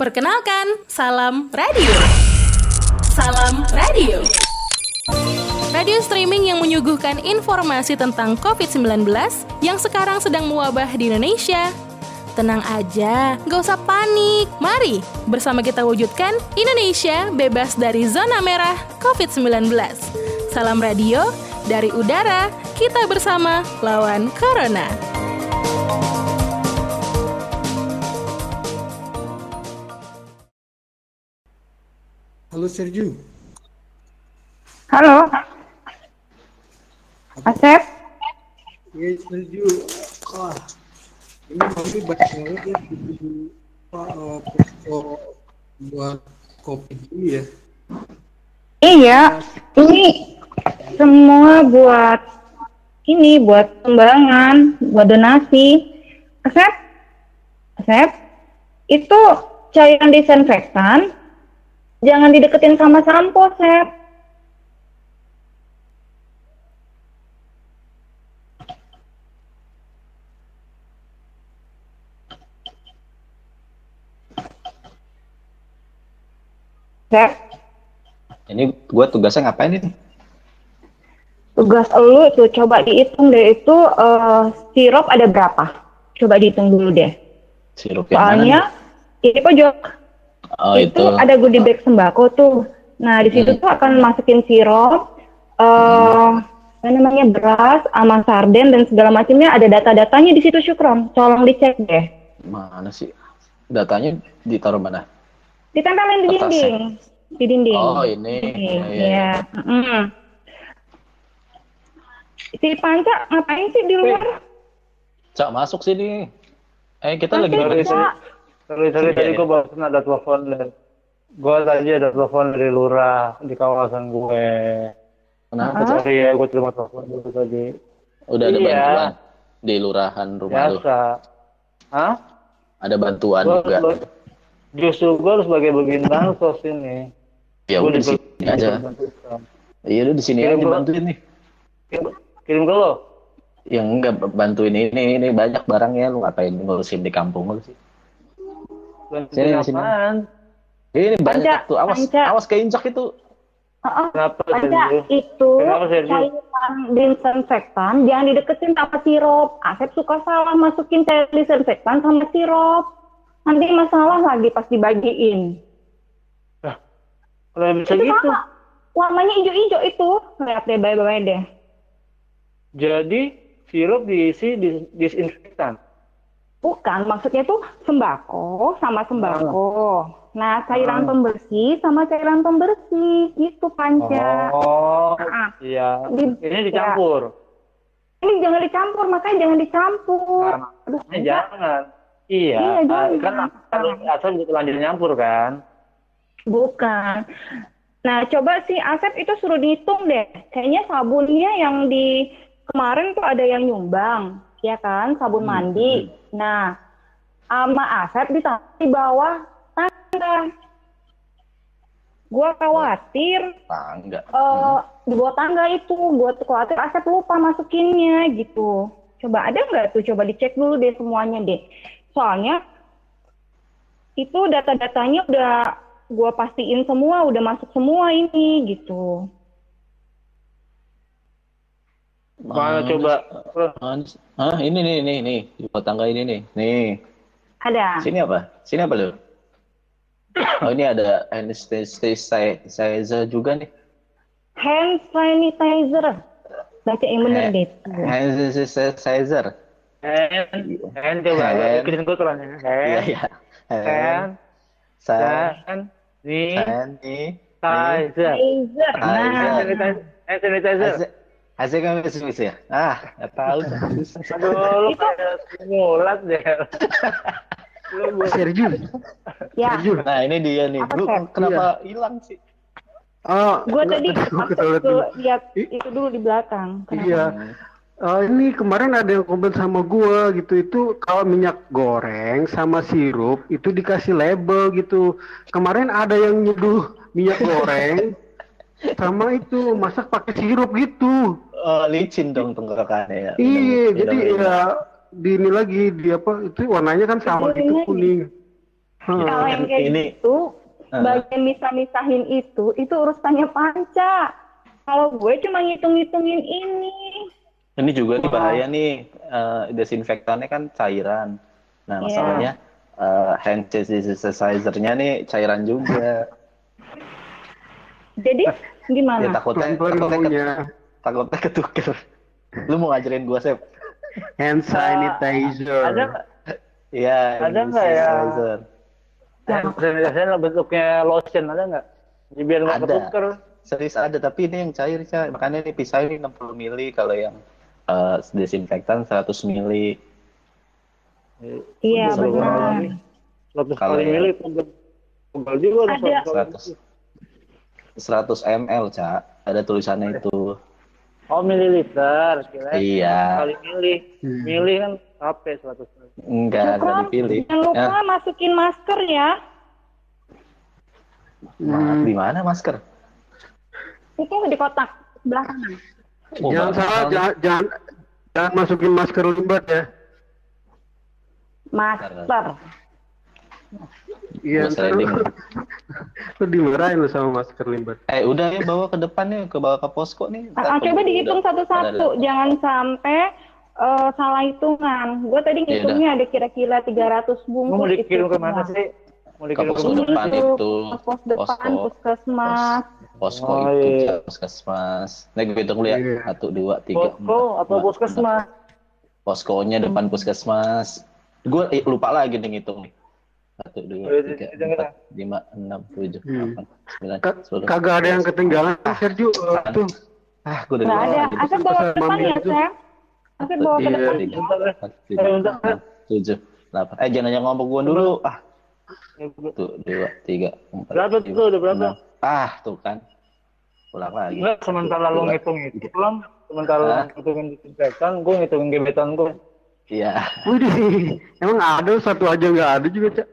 Perkenalkan, Salam Radio. Salam Radio. Radio streaming yang menyuguhkan informasi tentang COVID-19 yang sekarang sedang mewabah di Indonesia. Tenang aja, gak usah panik. Mari bersama kita wujudkan Indonesia bebas dari zona merah COVID-19. Salam Radio, dari udara, kita bersama lawan Corona. Halo Serju. Halo. Asep. Ya Serju. Wah, ini nanti banyak banget ya buat kopi ini ya. Iya, ini semua buat sumbangan, buat donasi. Asep, itu cairan disinfektan jangan dideketin sama sampo, Sep. Sep. Ini gue tugasnya ngapain ini? Tugas elu tuh, coba dihitung deh itu sirup ada berapa? Coba dihitung dulu deh. Sirup yang Soalnya mana? ini pojok. Oh, itu itu ada goodie bag sembako tuh. Nah di situ tuh akan masukin sirup, apa namanya, beras, sama sarden dan segala macamnya. Ada data-datanya di situ, Syukron. Tolong dicek deh. mana sih? Datanya ditaruh mana? Ditempelin di Kertasnya. dinding. Di dinding. Oh, ini. Iya. Si Panca ngapain sih di luar? Cak, masuk sini. Kita Nanti lagi bisa. Tadi gue barusan ada telepon ada telepon dari lurah di kawasan gue. Kenapa? Sorry ya, gue terima telepon dulu tadi. Udah ada Iya. bantuan di lurahan rumah lu. Biasa. Hah? Ada bantuan Gua juga. Justru gue harus sebagai bagian bansos ini. Ya Gua udah di sini aja. Iya udah di sini aja Kirim gua. bantuin nih. Kirim ke lo. Yang enggak bantuin ini banyak barangnya, lu ngapain ngurusin di kampung lu sih? Bantuin Sini. apaan? Ini banyak Panca, tuh, Panca. awas keinjak itu. Kenapa Panca, Sergio? itu Kenapa, Sergio? cairan disinfektan jangan dideketin sama sirup. Asep suka salah masukin cairan disinfektan sama sirup. Nanti masalah lagi pas dibagiin. Kalau bisa Itu gitu. sama. Warnanya hijau-hijau itu. Lihat deh, bye-bye deh. Jadi sirup diisi disinfektan. Bukan, maksudnya tuh sembako sama sembako. Nah, cairan pembersih sama cairan pembersih. Gitu, Panca. Oh, Ah. iya. Di- Ini dicampur. Ini jangan dicampur, makanya jangan dicampur. Nah, Aduh, ini jangan. Iya, Iya, jangan. kan asal gitu lanjut nyampur kan. bukan. Nah, coba si Asep itu suruh dihitung deh. Kayaknya sabunnya yang di kemarin tuh ada yang nyumbang, ya kan? Sabun mandi. Nah, sama Asep ditaruh di bawah tangga. Gua khawatir Enggak. di bawah tangga itu. Gua khawatir Asep lupa masukinnya gitu. Coba ada nggak tuh? Coba dicek dulu deh semuanya deh. Soalnya itu data-datanya udah gua pastiin semua, udah masuk semua ini gitu. Mana coba? Hah, ini nih, di bawah tangga ini nih. Nih. Ada. Sini apa lu? Oh, ini ada hand sanitizer juga nih. Hand sanitizer. Baca yang bener deh. Hand sanitizer. Hand coba. Hand. Kirim gue tulannya. Iya. Hand. Sanitizer. Sanitizer. Nah, Hand sanitizer. Hasil kan bisa ya? Nggak tahu. Aduh, lu kayak mulat deh. Serju. ya. Nah, ini dia nih. Apa, Lu Sep? kenapa hilang sih? Gue tadi gua masuk ketahuan ke dulu. lihat itu dulu di belakang. Kenapa? Iya. Ini kemarin ada yang komen sama gua gitu, itu kalau minyak goreng sama sirup itu dikasih label gitu. Kemarin ada yang nyeduh minyak goreng sama itu masak pakai sirup gitu. Licin dong tenggorokannya ya. Iya, jadi ya di ini lagi di apa itu warnanya kan sama gitu, kuning. Kalau yang kayak Ini gitu, bagian misah-misahin itu urusannya Panca. Kalau gue cuma ngitung-ngitungin ini. Ini juga nih bahaya nih, desinfektannya kan cairan. Nah, Iya. masalahnya hand sanitizer-nya nih cairan juga. Jadi Ya gimana? takutnya ketuker. Lu mau ngajarin gua, Sep? Hand sanitizer. Ada nggak? Iya, Ada hand nggak ya? sanitizer. Biasanya bentuknya lotion ada nggak? Jadi biar nggak Ada. ketuker. Serius ada, tapi ini yang cair, Ca. Makanya ini pisah ini 60 mili, kalau yang desinfektan 100 mili. Iya Kalau benar. 100 Kalau kali yang- mili pegel juga Ada. 100 ml, Ca. Ada tulisannya itu. Oh, mililiter, kira Iya. kali mili. Mili kan capek 100 kali. Enggak Syukron, dipilih. jangan lupa masukin masker ya. Di mana masker? Itu di kotak sebelah kanan. Oh, Jangan salah, jangan masukin masker limbah ya. Masker. Iya, Gua ntar sliding. lu dimarahin lu sama masker limbah. Udah ya, bawa ke depan nih, bawa ke posko nih. Coba dihitung satu-satu, jangan sampai salah hitungan. Gue tadi ngitungnya ada kira-kira 300 bungkus. Mau dikirim itu ke mana semua. sih? Mau Ke dikirim ke posko mana? depan Itu, itu. ke pos depan, puskesmas. Posko Oh, itu, iya. puskesmas. Nih gue hitung dulu ya. Iya. 1, 2, 3, 4. Posko atau puskesmas? Poskonya depan puskesmas. Gue lupa lagi nih ngitung nih. 1, 2, 3, 4, 5, 6, 7, 8, 9, 10. Kagak ada yang ketinggalan, Sergio. Tuh. Gue udah Nggak ada. Asep bawa ke depan ya, Itu. Sam? Asep bawa ke Iya. depan. 7, 8. Jangan nanya ngomong gue dulu. 1, 2, 3, 4. Berapa tuh? Udah berapa? Tuh kan. Pulang lagi. Enggak, sementara lo ngitung itu, Bang. Sementara lo ngitungin disinfektan, gue ngitungin gebetan gue. Iya. Wih, emang ada satu aja nggak ada juga, Cak.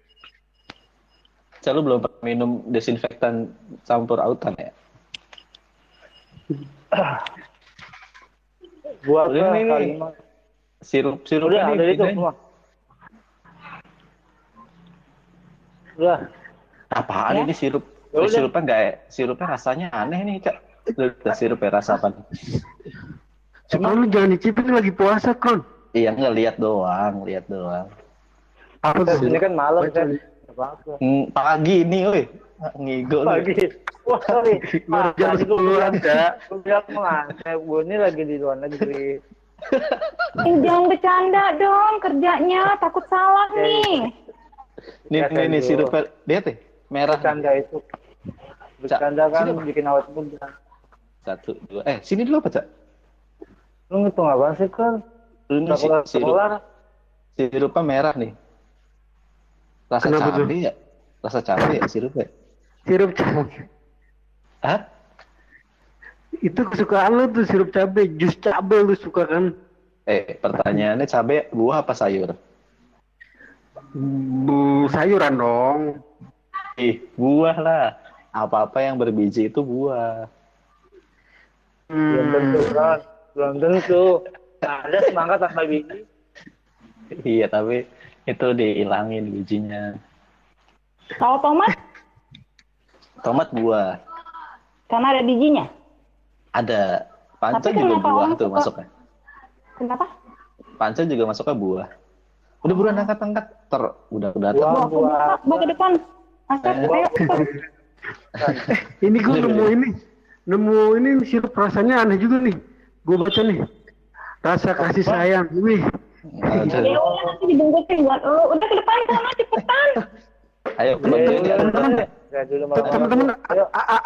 Cak, lu belum pernah minum desinfektan campur autan ya? Buat Udah nih. kalimat. Sirup Udah, ada itu ini. semua. Udah. Apaan ini sirup? Ya udah. Sirupnya rasanya aneh nih, Cak. Udah sirupnya rasa apa? Sekarang lu jangan dicipin lagi puasa, Kron. Iya, lihat doang. Apa tuh? Ini kan malam, Baca kan? nih. Apa-apa. Pagi nih, woi. Ngigo lu. Pagi. Wah, sorry. Baru jam Tadi gue 10-an, Cak. bilang mengantai. Gue ini lagi di luar negeri. Jangan bercanda dong kerjanya, takut salah nih. Nih sirupnya. Lihat deh, merah. Bercanda itu. Bercanda kan sini, Bang. bikin awet muda. 1, 2. Sini dulu apa, Cak? Lu ngitung apaan sih, kan? Ini Sekolah. sirupnya merah nih. Rasa Kenapa tuh? cabai ya? Rasa cabai ya sirupnya? Sirup cabai. Hah? Itu kesukaan lu tuh sirup cabai, jus cabai lu suka kan? Pertanyaannya cabai buah apa sayur? Sayuran dong. Buah lah. Apa-apa yang berbiji itu buah. Belum tentu, kan? Belum tentu. Ada semangka tanpa biji. Iya, tapi itu dihilangin bijinya. Kalau tomat, Tomat buah. karena ada bijinya. Ada. Pancen Tapi juga kenapa buah orang tuh suka- masuknya. Kenapa? Pancen juga masuknya buah. Udah buruan angkat-angkat. Udah Buah. Bawa ke depan. Asep, ayo. Ini gue nemu ini sirup rasanya aneh juga nih. Gue baca nih. Rasa kasih sayang. Wih, Aduh. Ya udah nanti dibungkusin buat lo. Udah ke depan sana cepetan. Ayo, bantuin ya. Ya, dulu malam. teman-teman Ayo.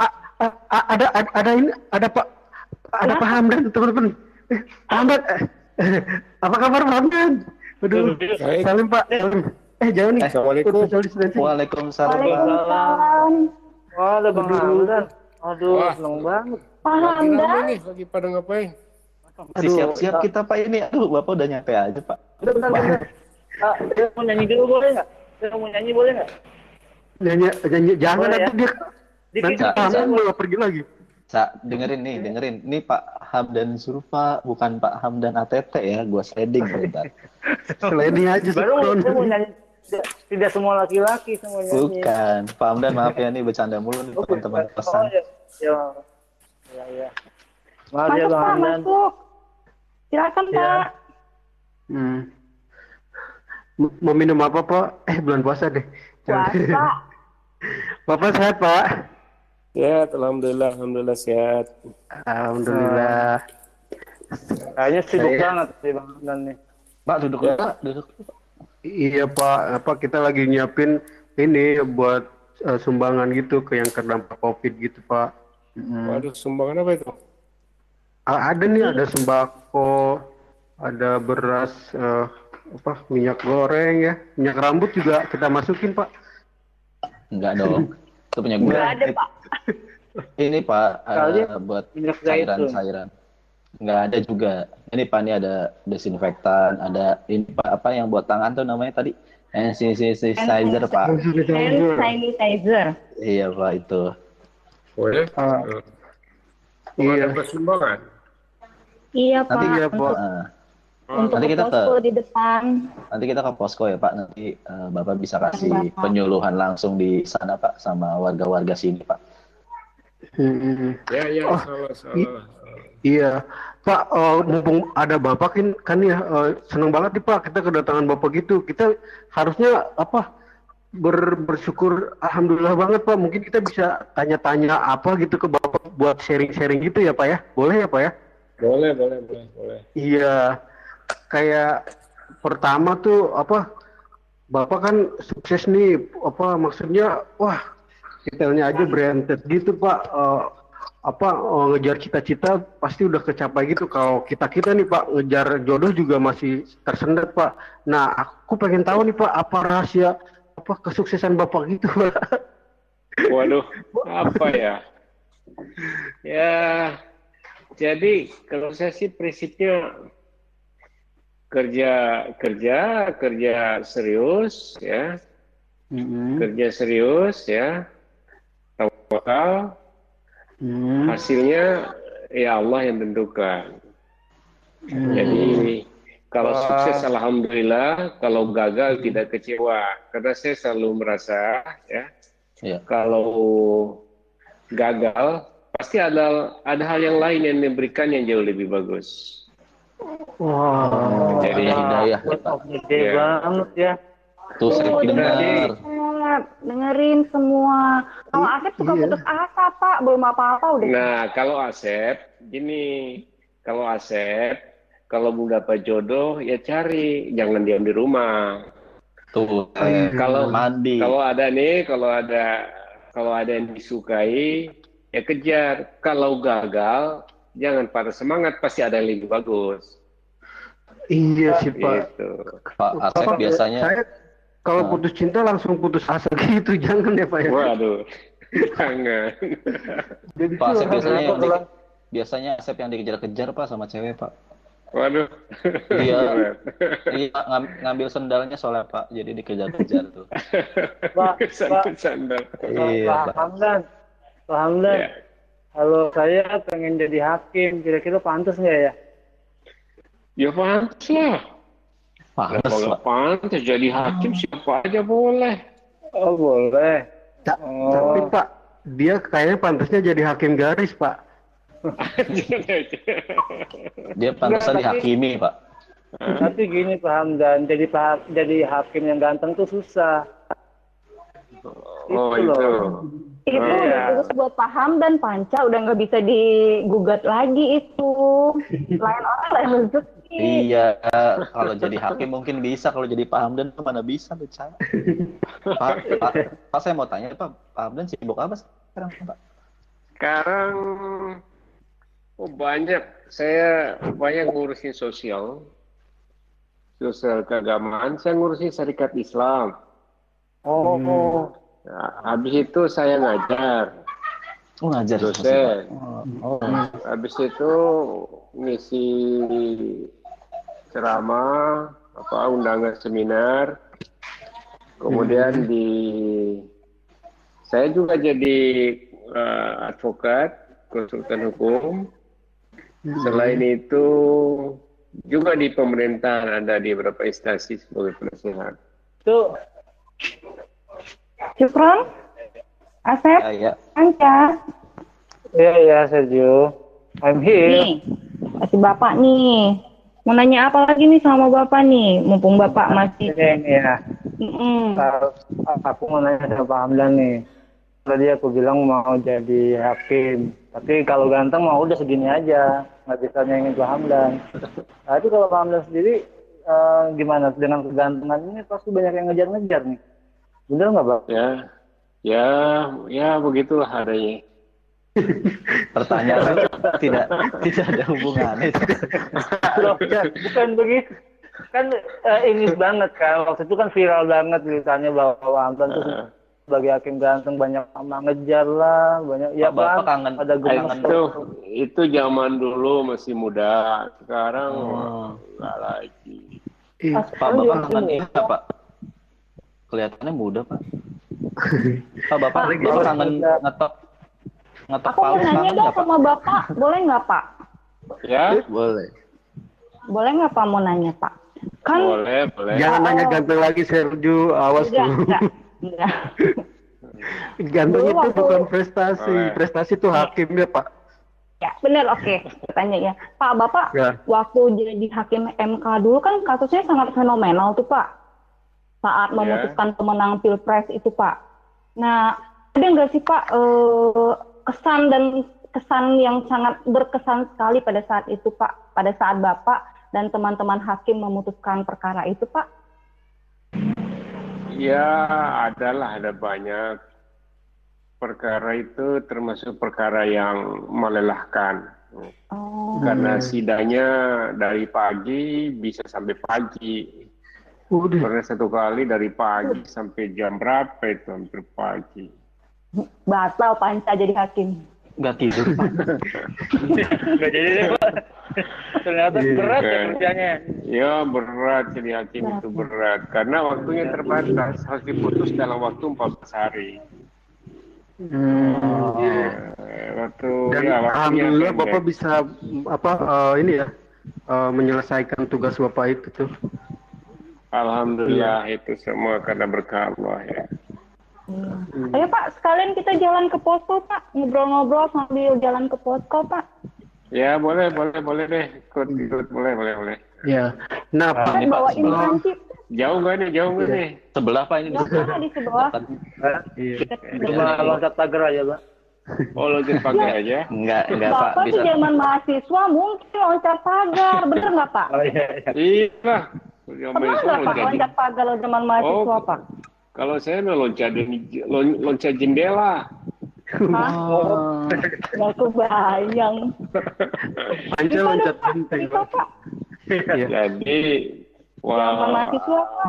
ada Pak Hamdan, teman-teman. Pak Hamdan, apa kabar Pak Hamdan? Aduh, salim Pak. Salim. Jangan nih. Assalamualaikum. Social distancing. Waalaikumsalam. Waalaikumsalam. Wah, ada Bang Hamdan. Aduh, Wah. seneng banget. Pak Lagi rame Hamdan. nih, lagi pada ngapain? Masih siap-siap kita Pak ini. Aduh, Bapak udah nyampe aja Pak. Udah, bentar. Saya mau nyanyi dulu boleh nggak? Saya mau nyanyi boleh nggak? Nyanyi, jangan Boleh nanti ya? dia Dikit, nanti Pak Hamdan malah pergi lagi. Dengerin. Ini Pak Hamdan Surfa, bukan Pak Hamdan ATT ya. Gua sliding bentar. Sliding aja Baru Kron. saya mau nyanyi. tidak semua laki-laki semuanya. Bukan. Pak Hamdan, maaf ya, ini bercanda mulu nih teman-teman pesan. Ya. Maaf ya Masuk Bang Pak, Hamdan. masuk. Silakan Ya. Pak. Mau minum apa Pak? Bulan puasa deh. Puasa. Bapak sehat Pak? Ya, alhamdulillah sehat. Alhamdulillah. Kayaknya sibuk banget sih Bang Hamdan nih. Pak, duduk dulu, Pak. Duduk. Iya Pak, kita lagi nyiapin ini buat sumbangan gitu ke yang terdampak COVID gitu Pak. Waduh, sumbangan apa itu? Ada nih, ada sembako, ada beras, minyak goreng ya, minyak rambut juga kita masukin Pak. Enggak dong. Itu punya gue. Enggak ada Pak. Ini Pak, buat minyak zaitun. cairan. Enggak ada juga. Ini Pak, ini ada desinfektan, ada ini Pak, apa yang buat tangan tuh namanya tadi? Hand sanitizer Pak. Hand sanitizer. Iya Pak, itu. Boleh? Iya. Ada sumbangan. Iya Pak. Nanti ya Pak. Untuk Nanti kita posko di depan. Nanti kita ke posko ya Pak. Nanti Bapak bisa kasih penyuluhan langsung di sana Pak sama warga-warga sini Pak. Ya, salah. Iya, Pak, mumpung ada Bapak kan ya, seneng banget nih Pak kita kedatangan Bapak gitu. Kita harusnya bersyukur, alhamdulillah banget Pak. Mungkin kita bisa tanya-tanya apa gitu ke Bapak buat sharing-sharing gitu ya Pak ya. Boleh ya Pak ya? Boleh. Iya, kayak pertama tuh Bapak kan sukses nih, maksudnya wah detailnya aja branded gitu Pak. Ngejar cita-cita pasti udah kecapai gitu. Kalau kita nih Pak ngejar jodoh juga masih tersendat Pak. Nah aku pengen tahu nih Pak, apa rahasia kesuksesan Bapak gitu Pak? Waduh, apa ya? Ya, jadi kalau saya sih prinsipnya kerja serius ya. Kerja serius ya. Tawakal. Hasilnya ya Allah yang tentukan. Jadi kalau sukses alhamdulillah, kalau gagal tidak kecewa. Karena saya selalu merasa ya, kalau gagal pasti ada hal yang lain yang memberikan yang jauh lebih bagus. Wow. Jadi hidayah ya Pak. Gede banget ya. Tuh saya dengar. Dengerin semua. Kalau Asep suka putus asa Pak, belum apa-apa udah. Nah, kalau Asep gini, kalau mau dapat jodoh ya cari, jangan diam di rumah. Tuh, Kalau mandi. Kalau ada yang disukai ya kejar. Kalau gagal jangan pada semangat, pasti ada yang lebih bagus. Iya sih Pak. Gitu. Pak Asep biasanya saya kalau putus cinta langsung putus asa gitu, jangan ya Pak ya. Waduh, jangan. Jadi Pak Asep biasanya Asep yang dikejar-kejar Pak sama cewek Pak. Waduh. Dia ngambil sendalnya soalnya Pak, jadi dikejar-kejar tuh. Pak Sandal. Iya, Pak Hamdan. Ya. Kalau saya pengen jadi hakim, kira-kira pantas nggak ya? Ya pantas lah. Pantes Pak. Pantas jadi hakim siapa aja boleh. Oh boleh. Tapi Pak, dia kayaknya pantasnya jadi hakim garis Pak. Dia pantasnya dihakimi Pak. Tapi gini Pak Hamdan, jadi hakim yang ganteng tuh susah. Oh Itu itu. Itu udah bagus buat paham dan panca udah nggak bisa digugat lagi itu. Lain orang lain rezeki. Iya, kalau jadi hakim mungkin bisa, kalau jadi Pak Hamdan mana bisa bicara. Pak, saya mau tanya Pak Hamdan sibuk apa sekarang Pak? Sekarang banyak. Saya banyak ngurusin sosial keagamaan. Saya ngurusin Syarikat Islam. Nah, habis itu saya ngajar. Ngajar dosen. Habis itu ngisi ceramah, undangan seminar. Kemudian saya juga jadi advokat, konsultan hukum. Selain itu juga di pemerintahan ada di beberapa instansi sebagai penasehat. Itu Syukron, Asep, Ya. Anca. Iya, Sergio. I'm here. Nih, masih Bapak nih. Mau nanya apa lagi nih sama Bapak nih? Mumpung Bapak masih... Ini ya. Mm-mm. Aku mau nanya sama Pak Hamdan nih. Tadi aku bilang mau jadi hakim. Tapi kalau ganteng mau udah segini aja. Nggak bisa nyanyiin Pak Hamdan. Tapi kalau Pak Hamdan sendiri gimana? Dengan kegantengan ini pasti banyak yang ngejar-ngejar nih. Bener nggak, Bang? Ya, begitulah adanya. Pertanyaan tidak ada hubungannya. Loh, bukan begitu. Kan ini banget kan. Waktu itu kan viral banget beritanya bahwa Pak Hamdan tuh sebagai hakim ganteng banyak sama ngejar lah, banyak ya Bapak kan kangen, ada gemes itu zaman dulu masih muda, sekarang enggak lagi. Pak Bapak kangen ini Pak? Kelihatannya muda Pak. Pak Bapak kangen ngetok Aku mau nanya dong sama Bapak, boleh nggak Pak? Ya, boleh. Boleh nggak Pak mau nanya Pak? Kan boleh. Jangan nanya ganteng lagi Sergio, awas tuh. Enggak. Ganteng itu bukan prestasi, prestasi itu hakim ya Pak. Ya benar, oke. Tanya ya, Pak Bapak waktu jadi hakim MK dulu kan kasusnya sangat fenomenal tuh Pak. Saat memutuskan pemenang pilpres itu Pak. Nah ada nggak sih Pak kesan yang sangat berkesan sekali pada saat itu Pak, pada saat Bapak dan teman-teman hakim memutuskan perkara itu Pak? Ya, ada banyak. Perkara itu termasuk perkara yang melelahkan. Karena sidangnya dari pagi bisa sampai pagi. Pernah satu kali dari pagi sampai jam berapa itu, hampir pagi. Batal Panca jadi hakim. Nggak tidur Pak. nggak jadi deh Pak. Ternyata berat ya kerjanya. Ya berat, jadi hakim itu berat. Karena waktunya terbatas, harus diputus dalam waktu 14 hari. Alhamdulillah Bapak bisa menyelesaikan tugas Bapak itu tuh. Alhamdulillah itu semua karena berkah Allah ya. Ayo Pak, sekalian kita jalan ke posko Pak, ngobrol-ngobrol sambil jalan ke posko Pak. Ya boleh deh, ikut boleh. Ya, nah Pak bawain panci. Jauh nggak nih? Sebelah Pak ini. Di sebelah. Cuma loncat pagar aja Pak. Oh loncat pagar aja? Enggak Bapak Pak. Bisa. Zaman mahasiswa mungkin loncat pagar, bener nggak Pak? Iya. Pernah nggak Pak loncat pagar zaman mahasiswa Pak? Kalau saya loncat jendela. Nggak kebayang. Panca loncat genteng Pak. Jadi, mahasiswa Pak.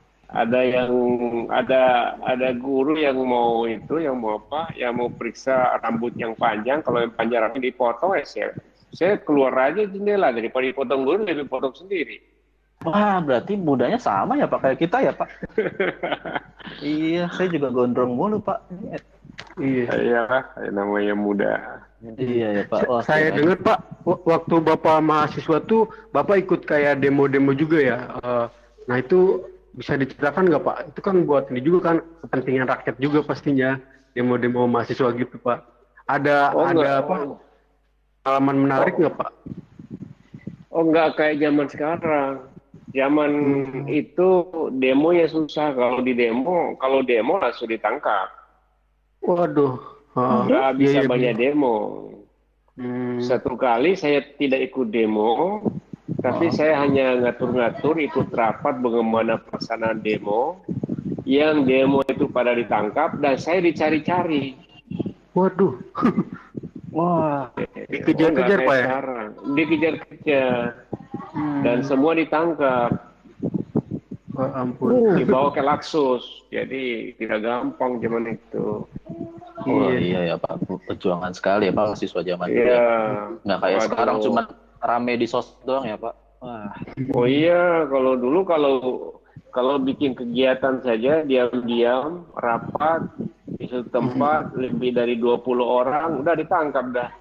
Ada guru yang mau periksa rambut yang panjang. Kalau yang panjang rambut dipotong saya keluar aja jendela daripada dipotong guru lebih potong sendiri. Wah, berarti mudanya sama ya Pak kayak kita ya Pak? Iya, saya juga gondrong mulu Pak. Iya, namanya muda. Iya ya Pak. Wah, saya dengar Pak, waktu Bapak mahasiswa tuh Bapak ikut kayak demo-demo juga ya. Nah itu bisa diceritakan nggak Pak? Itu kan buat ini juga kan kepentingan rakyat juga pastinya, demo-demo mahasiswa gitu Pak. Ada pengalaman menarik nggak Pak? Oh nggak kayak zaman sekarang. Zaman itu demonya susah. Kalau demo langsung ditangkap. Waduh. Nggak bisa banyak demo. Satu kali saya tidak ikut demo, tapi saya hanya ngatur-ngatur ikut rapat bagaimana pelaksanaan demo. Yang demo itu pada ditangkap dan saya dicari-cari. Waduh. Wah. Dikejar-kejar Pak ya? Dikejar-kejar. Dan semua ditangkap. Ampun. Dibawa ke Laksus. Jadi tidak gampang zaman itu. Iya ya Pak, perjuangan sekali ya Pak mahasiswa zaman dulu. Iya. Nggak kayak sekarang cuma rame di sosmed doang ya Pak. Wah. Oh iya, kalau dulu kalau bikin kegiatan saja diam-diam rapat di satu tempat lebih dari 20 orang udah ditangkap dah.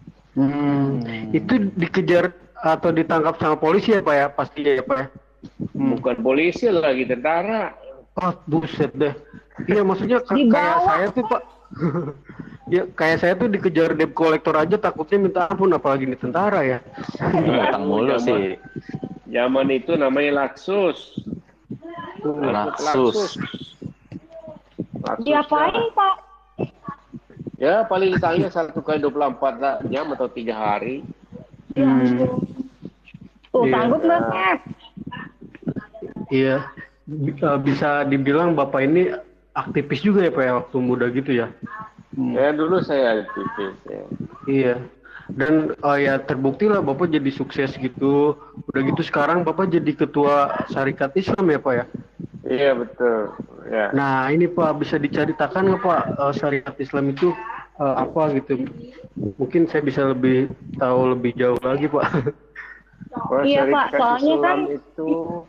Itu dikejar atau ditangkap sama polisi ya Pak ya? Pastinya ya Pak ya? Bukan polisi lagi, tentara. Oh, buset deh. Iya, maksudnya Di kayak bawah. saya tuh, Pak. Ya, kayak saya tuh dikejar debt collector aja takutnya minta ampun, apalagi di tentara ya. Ngutang mulu sih. Zaman itu namanya Laksus. Laksus. Laksus Diapain, Pak? ya paling ditanya 1 kali 24 jam atau 3 hari. Ya ampun. Tuh, Iya. sanggup nggak, Chef? Iya. Bisa dibilang Bapak ini aktivis juga ya, Pak, ya, waktu muda gitu ya. Ya dulu saya aktivis ya. Iya. Dan ya terbukti lah Bapak jadi sukses gitu. Udah gitu sekarang Bapak jadi ketua Syarikat Islam ya, Pak ya. Iya betul. Ya. Nah ini Pak, bisa diceritakan nggak Pak, Syarikat Islam itu apa gitu? Mungkin saya bisa lebih tahu lebih jauh lagi Pak. Iya, Pak, Syarikat soalnya Islam kan itu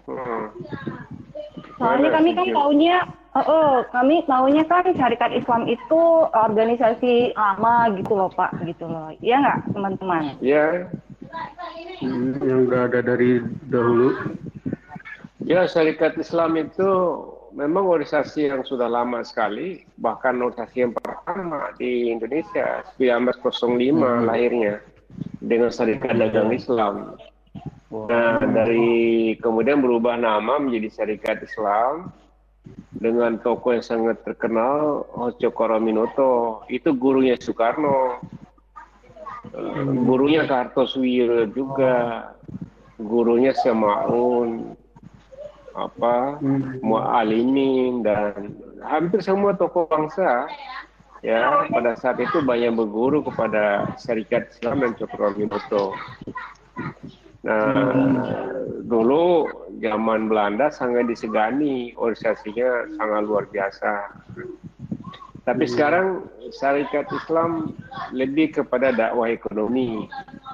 soalnya kami kan taunya kami taunya kan Syarikat Islam itu organisasi lama gitu loh, Pak, gitu loh. Iya nggak, teman-teman? ya. Yang udah ada dari dahulu. Ya, Syarikat Islam itu memang organisasi yang sudah lama sekali, bahkan organisasi yang pertama di Indonesia, 1905 lahirnya, dengan Syarikat Dagang Islam. Nah, dari kemudian berubah nama menjadi Syarikat Islam, dengan tokoh yang sangat terkenal, Cokoroaminoto, itu gurunya Soekarno, gurunya Kartosuwiryo juga, gurunya Semaun, Mu'alimin, dan hampir semua tokoh bangsa ya pada saat itu banyak berguru kepada Syarikat Islam dan Cokroaminoto. Nah, dulu zaman Belanda sangat disegani, organisasinya sangat luar biasa. Tapi sekarang Syarikat Islam lebih kepada dakwah ekonomi.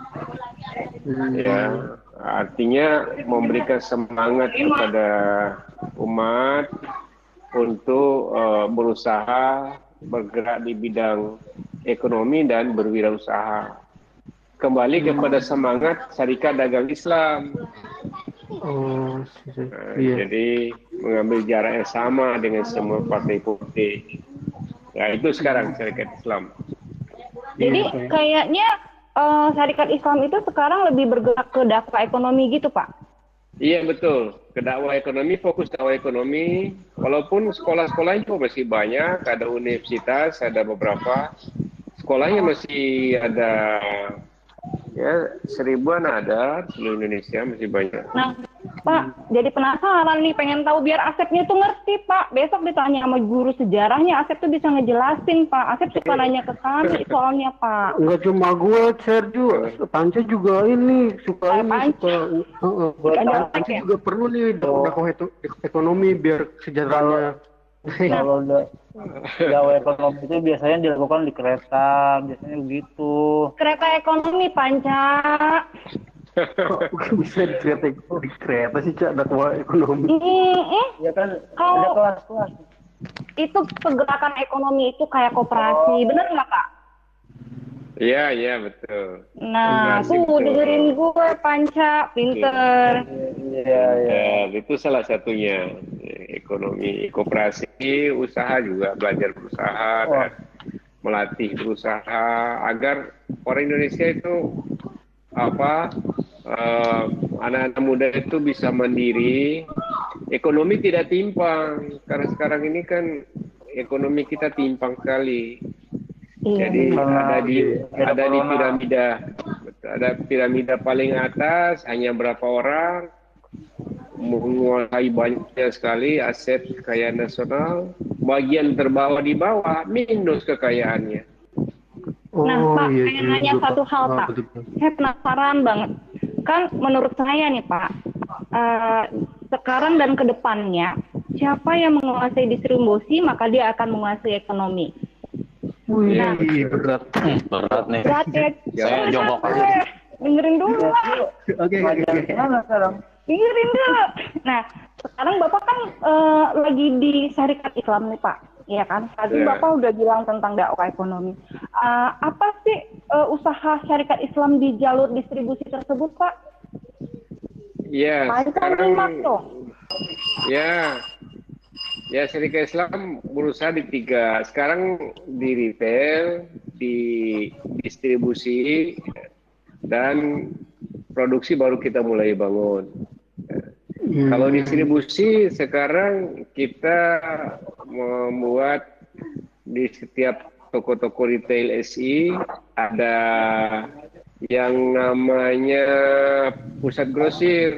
Ya, artinya memberikan semangat kepada umat untuk berusaha bergerak di bidang ekonomi dan berwirausaha. Kembali kepada semangat Syarikat Dagang Islam. Jadi mengambil jarak yang sama dengan semua partai politik. Nah, itu sekarang Syarikat Islam. Jadi kayaknya Syarikat Islam itu sekarang lebih bergerak ke dakwah ekonomi gitu, Pak? Iya betul, ke dakwah ekonomi, fokus dakwah ekonomi. Walaupun sekolah-sekolah itu masih banyak, ada universitas, ada beberapa. Sekolahnya masih ada, ya 1000-an ada, seluruh Indonesia masih banyak. Nah, Pak, jadi penasaran nih, pengen tahu biar Asepnya tuh ngerti, Pak. Besok ditanya sama guru sejarahnya, Asep tuh bisa ngejelasin, Pak. Asep suka nanya ke kami soalnya, Pak. Enggak cuma gue, Sergio, Panca juga ini suka Panca juga perlu nih dakwah ekonomi biar sejahteraannya. Kalau dakwah ekonomi itu biasanya dilakukan di kereta, biasanya begitu. Kereta ekonomi, Panca. Kok bisa di kereta sih, Cak, dakwah ekonomi? Ya kan, Kalau ada kelas-kelas. itu pergerakan ekonomi itu kayak koperasi, bener nggak, Pak? Iya betul. Nah, tuh dengerin gue, Panca, pinter. Ya, itu salah satunya. Ekonomi, koperasi, usaha juga, belajar berusaha dan melatih berusaha agar orang Indonesia itu anak-anak muda itu bisa mandiri, ekonomi tidak timpang, karena sekarang ini kan ekonomi kita timpang sekali. Jadi ada di piramida paling atas hanya berapa orang menguasai banyak sekali aset kekayaan nasional, bagian terbawah di bawah minus kekayaannya. Nah, Pak, pengen nanya satu hal, Pak. Saya penasaran banget. Kan menurut saya nih, Pak, sekarang dan ke depannya, siapa yang menguasai distribusi, maka dia akan menguasai ekonomi. Wih, berat nih. Berat ya. Saya jongkok aja. Dengerin dulu. Oke. Gimana sekarang? Dengerin dulu. Nah, sekarang Bapak kan lagi di Syarikat Islam nih, Pak. Iya kan? Tadi Bapak udah bilang tentang dakwah ekonomi. Apa sih usaha Syarikat Islam di jalur distribusi tersebut, Pak? Ya, sekarang ya Ya, Syarikat Islam berusaha di 3. Sekarang di retail, di distribusi, dan produksi baru kita mulai bangun. Kalau distribusi, sekarang kita membuat di setiap toko-toko retail SI ada yang namanya pusat grosir.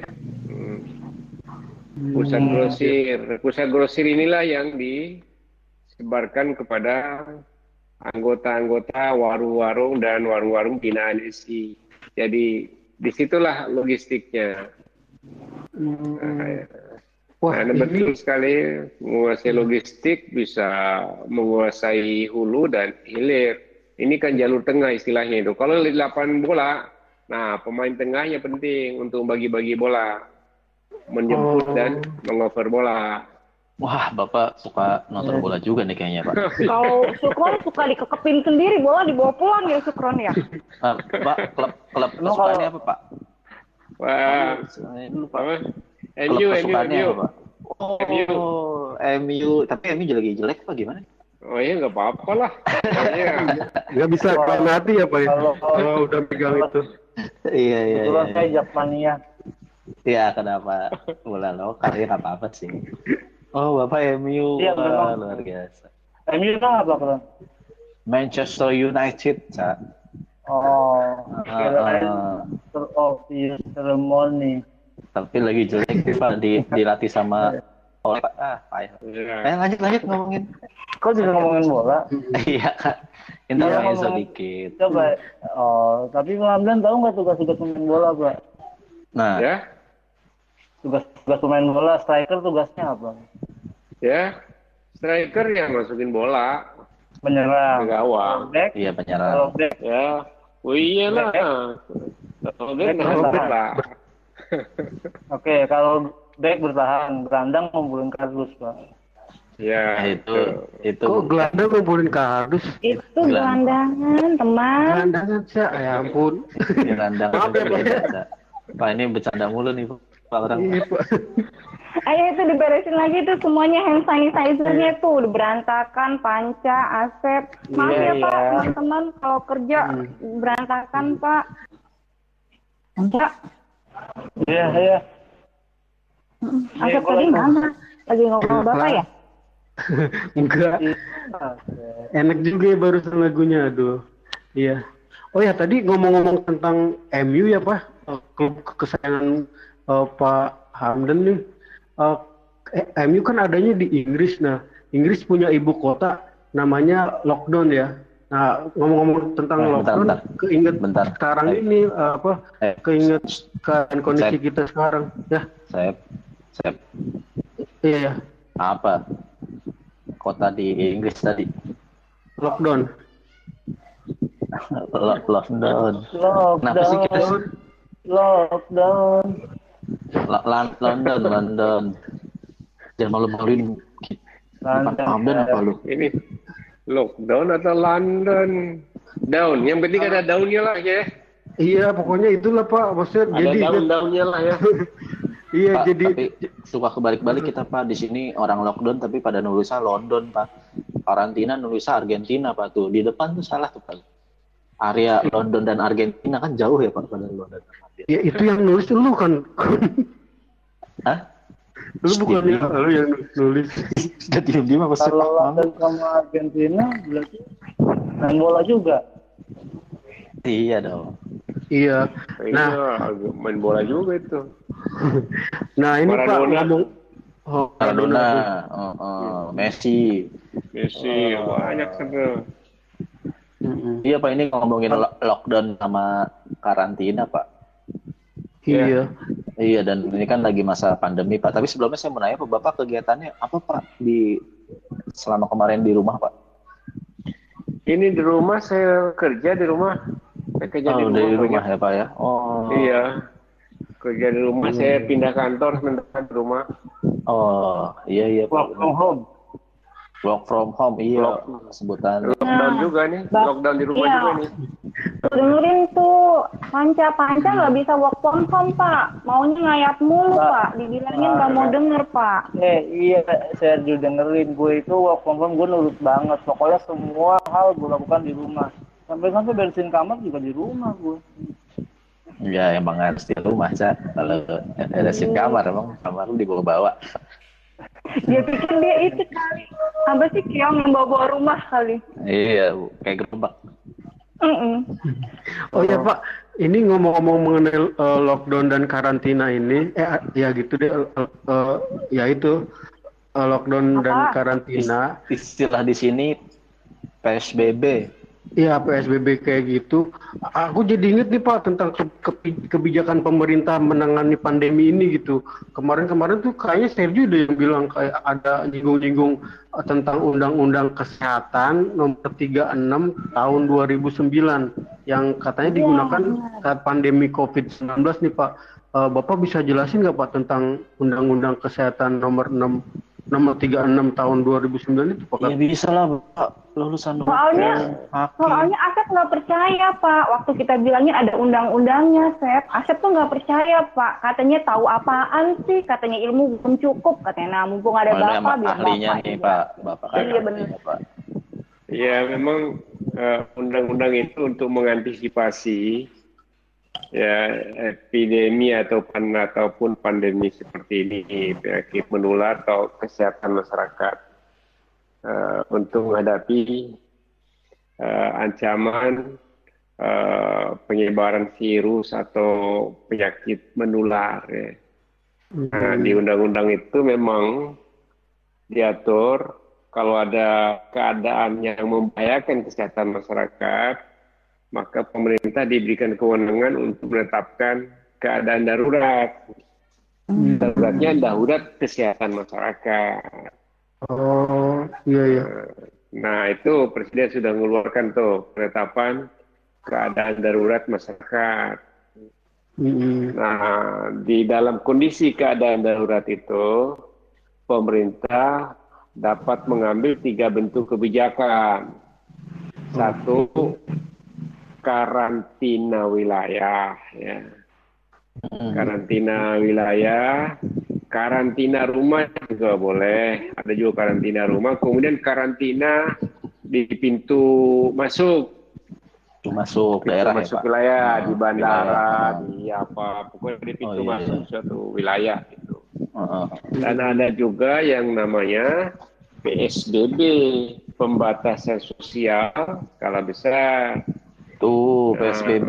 Pusat grosir inilah yang disebarkan kepada anggota-anggota warung-warung dan warung-warung binaan SI. Jadi disitulah logistiknya. Wah, Betul sekali, menguasai logistik bisa menguasai hulu dan hilir. Ini kan jalur tengah istilahnya itu. Kalau di lapangan bola, nah pemain tengahnya penting untuk bagi-bagi bola, menjemput dan mengover bola. Wah, Bapak suka nonton bola juga nih kayaknya, Pak. Kalau Sukron suka dikekepin sendiri, bola dibawa pulang ya Sukron ya. Pak, klub kesukaannya apa, Pak? Wah, lupa. MU. Apa? MU. Tapi MU lagi jelek apa gimana? Oh iya, nggak apa-apa lah. Nggak bisa mati ya Pak ya? Kalau udah pegang itu. Iya. Kebetulan saya Japmania. Iya, kenapa? Bola lokal ya nggak apa-apa sih. Oh, Bapak MU. Iya, luar biasa. MU itu apa, Bro? Manchester United, Cak. Ceremony. Tapi lagi jelek Pak, dilatih sama Pak. Lanjut ngomongin. Kok juga ngomongin bola? Iya, Kak. Intermezzo sedikit. Coba. Tapi Ramdan tahu nggak tugas-tugas pemain bola, Pak? Nah, ya. Tugas pemain bola, striker tugasnya apa? Ya, striker yang masukin bola. Penyerang. Ke gawang. Back. Iya, penyerang. Kalau back. Ya. Oh iyalah. Kalau back lah. Oke, kalau back bertahan, berandang ngumpulin kardus, Pak. Ya, itu. Kok gelandang ngumpulin kardus? Itu gelandangan, teman. Gelandangan, Cak. Ya ampun. Gelandang. Maaf ya, Pak. Pak, ini bercanda mulu nih, Pak orang. Iya, Pak. Ayo itu diberesin lagi tuh semuanya hand sanitizer-nya tuh berantakan, Panca, Asep. Maaf ya Pak, teman-teman kalau kerja berantakan Pak. Enggak. Iya. Asep tadi mana? Lagi ngomong Bapak ya? Enggak. Enak juga ya barusan lagunya, aduh. Iya. Oh ya, tadi ngomong-ngomong tentang MU ya Pak, klub kesayangan Pak Hamdan nih. MU kan adanya di Inggris. Nah, Inggris punya ibu kota namanya Lockdown ya. Nah, ngomong-ngomong tentang lockdown, keinget sekarang ini keinget kondisi kita sekarang ya. Saya. Iya. Apa? Kota di Inggris tadi. Lockdown. Lockdown. Kenapa sih kita Lockdown. London. Jangan malu-maluin. London apa lu? Ini lockdown atau London? Down. Yang penting ada daunnya lah ya. Iya, pokoknya itulah Pak. Maksudnya ada jadi daun-daunnya lah ya. Iya, Pak, jadi tapi suka kebalik-balik kita Pak. Di sini orang lockdown tapi pada nulisnya London Pak. Karantina nulisnya Argentina Pak tuh. Di depan tuh salah tuh Pak. Area London dan Argentina kan jauh ya Pak pada London dan Argentina. Ya itu yang nulis lu kan. Hah? Lu bukan lu yang nulis. Sudah diam-diam apa sepak Kalau London sama Argentina berarti main bola juga. Iya dong. Iya. Nah, main bola juga itu. Nah, ini Maradona. Pak ngomong Maradona, Messi. Banyak sebenarnya. Iya Pak, ini ngomongin lockdown sama karantina Pak. Iya. Iya, dan ini kan lagi masa pandemi Pak. Tapi sebelumnya saya mau nanya Pak, Bapak kegiatannya apa Pak selama kemarin di rumah Pak? Ini di rumah, saya kerja di rumah. Saya kerja di rumah. Dari rumah ya Pak ya? Oh. Iya. Kerja di rumah, saya pindah kantor sementara di rumah. Oh, iya Pak. Work from home. Work from home, iya sebutan. Lockdown juga nih, lockdown di rumah juga nih. Dengerin tuh, Panca nggak bisa work from home, Pak. Maunya ngayap mulu, Pak. Dibilangin nggak mau denger, Pak. Iya, Sergio dengerin. Gue itu work from home, gue nurut banget. Pokoknya semua hal gue lakukan di rumah. Sampai bersihin kamar juga di rumah gue. Ya emang harus di rumah, Cak. Kalau ada kamar, emang kamar lu dibawa-bawa. Dia pikir dia itu kali. Apa sih Kiong yang bawa rumah kali? Iya, kayak gerobak. Oh ya Pak, ini ngomong-ngomong mengenai lockdown dan karantina ini, ya gitu deh, ya itu lockdown dan karantina. Istilah di sini PSBB. Iya, PSBB kayak gitu. Aku jadi inget nih Pak tentang kebijakan pemerintah menangani pandemi ini gitu. Kemarin-kemarin tuh kayaknya Sergio udah yang bilang kayak ada nyinggung-nyinggung tentang Undang-Undang Kesehatan nomor 36 tahun 2009 yang katanya digunakan saat pandemi COVID-19 nih Pak. Bapak bisa jelasin nggak Pak tentang Undang-Undang Kesehatan nomor 36 tahun 2009 itu Pak? Ya bisa lah Pak, lulusan soalnya Asep nggak percaya Pak, waktu kita bilangin ada undang-undangnya Sep, Asep tuh nggak percaya Pak, katanya tahu apaan sih, katanya ilmu belum cukup, katanya nah mumpung ada Bapak biar ahlinya Bapak nih Pak, Bapak kan iya benar Pak. Ya memang undang-undang itu untuk mengantisipasi ya epidemi ataupun pandemi seperti ini, penyakit menular atau kesehatan masyarakat untuk menghadapi ancaman penyebaran virus atau penyakit menular. Ya. Nah, di undang-undang itu memang diatur kalau ada keadaan yang membahayakan kesehatan masyarakat, maka pemerintah diberikan kewenangan untuk menetapkan keadaan darurat. Daruratnya darurat kesehatan masyarakat. Oh, iya. Nah, itu Presiden sudah mengeluarkan tuh penetapan keadaan darurat masyarakat. Nah, di dalam kondisi keadaan darurat itu, pemerintah dapat mengambil 3 bentuk kebijakan. 1, karantina wilayah, ya. Karantina wilayah, karantina rumah juga boleh. Ada juga karantina rumah. Kemudian karantina di pintu masuk. Masuk daerah masuk ya, wilayah, di bandara, di apa, pokoknya di pintu masuk suatu wilayah itu. Dan ada juga yang namanya PSBB, pembatasan sosial skala besar. Tuh, PSBB.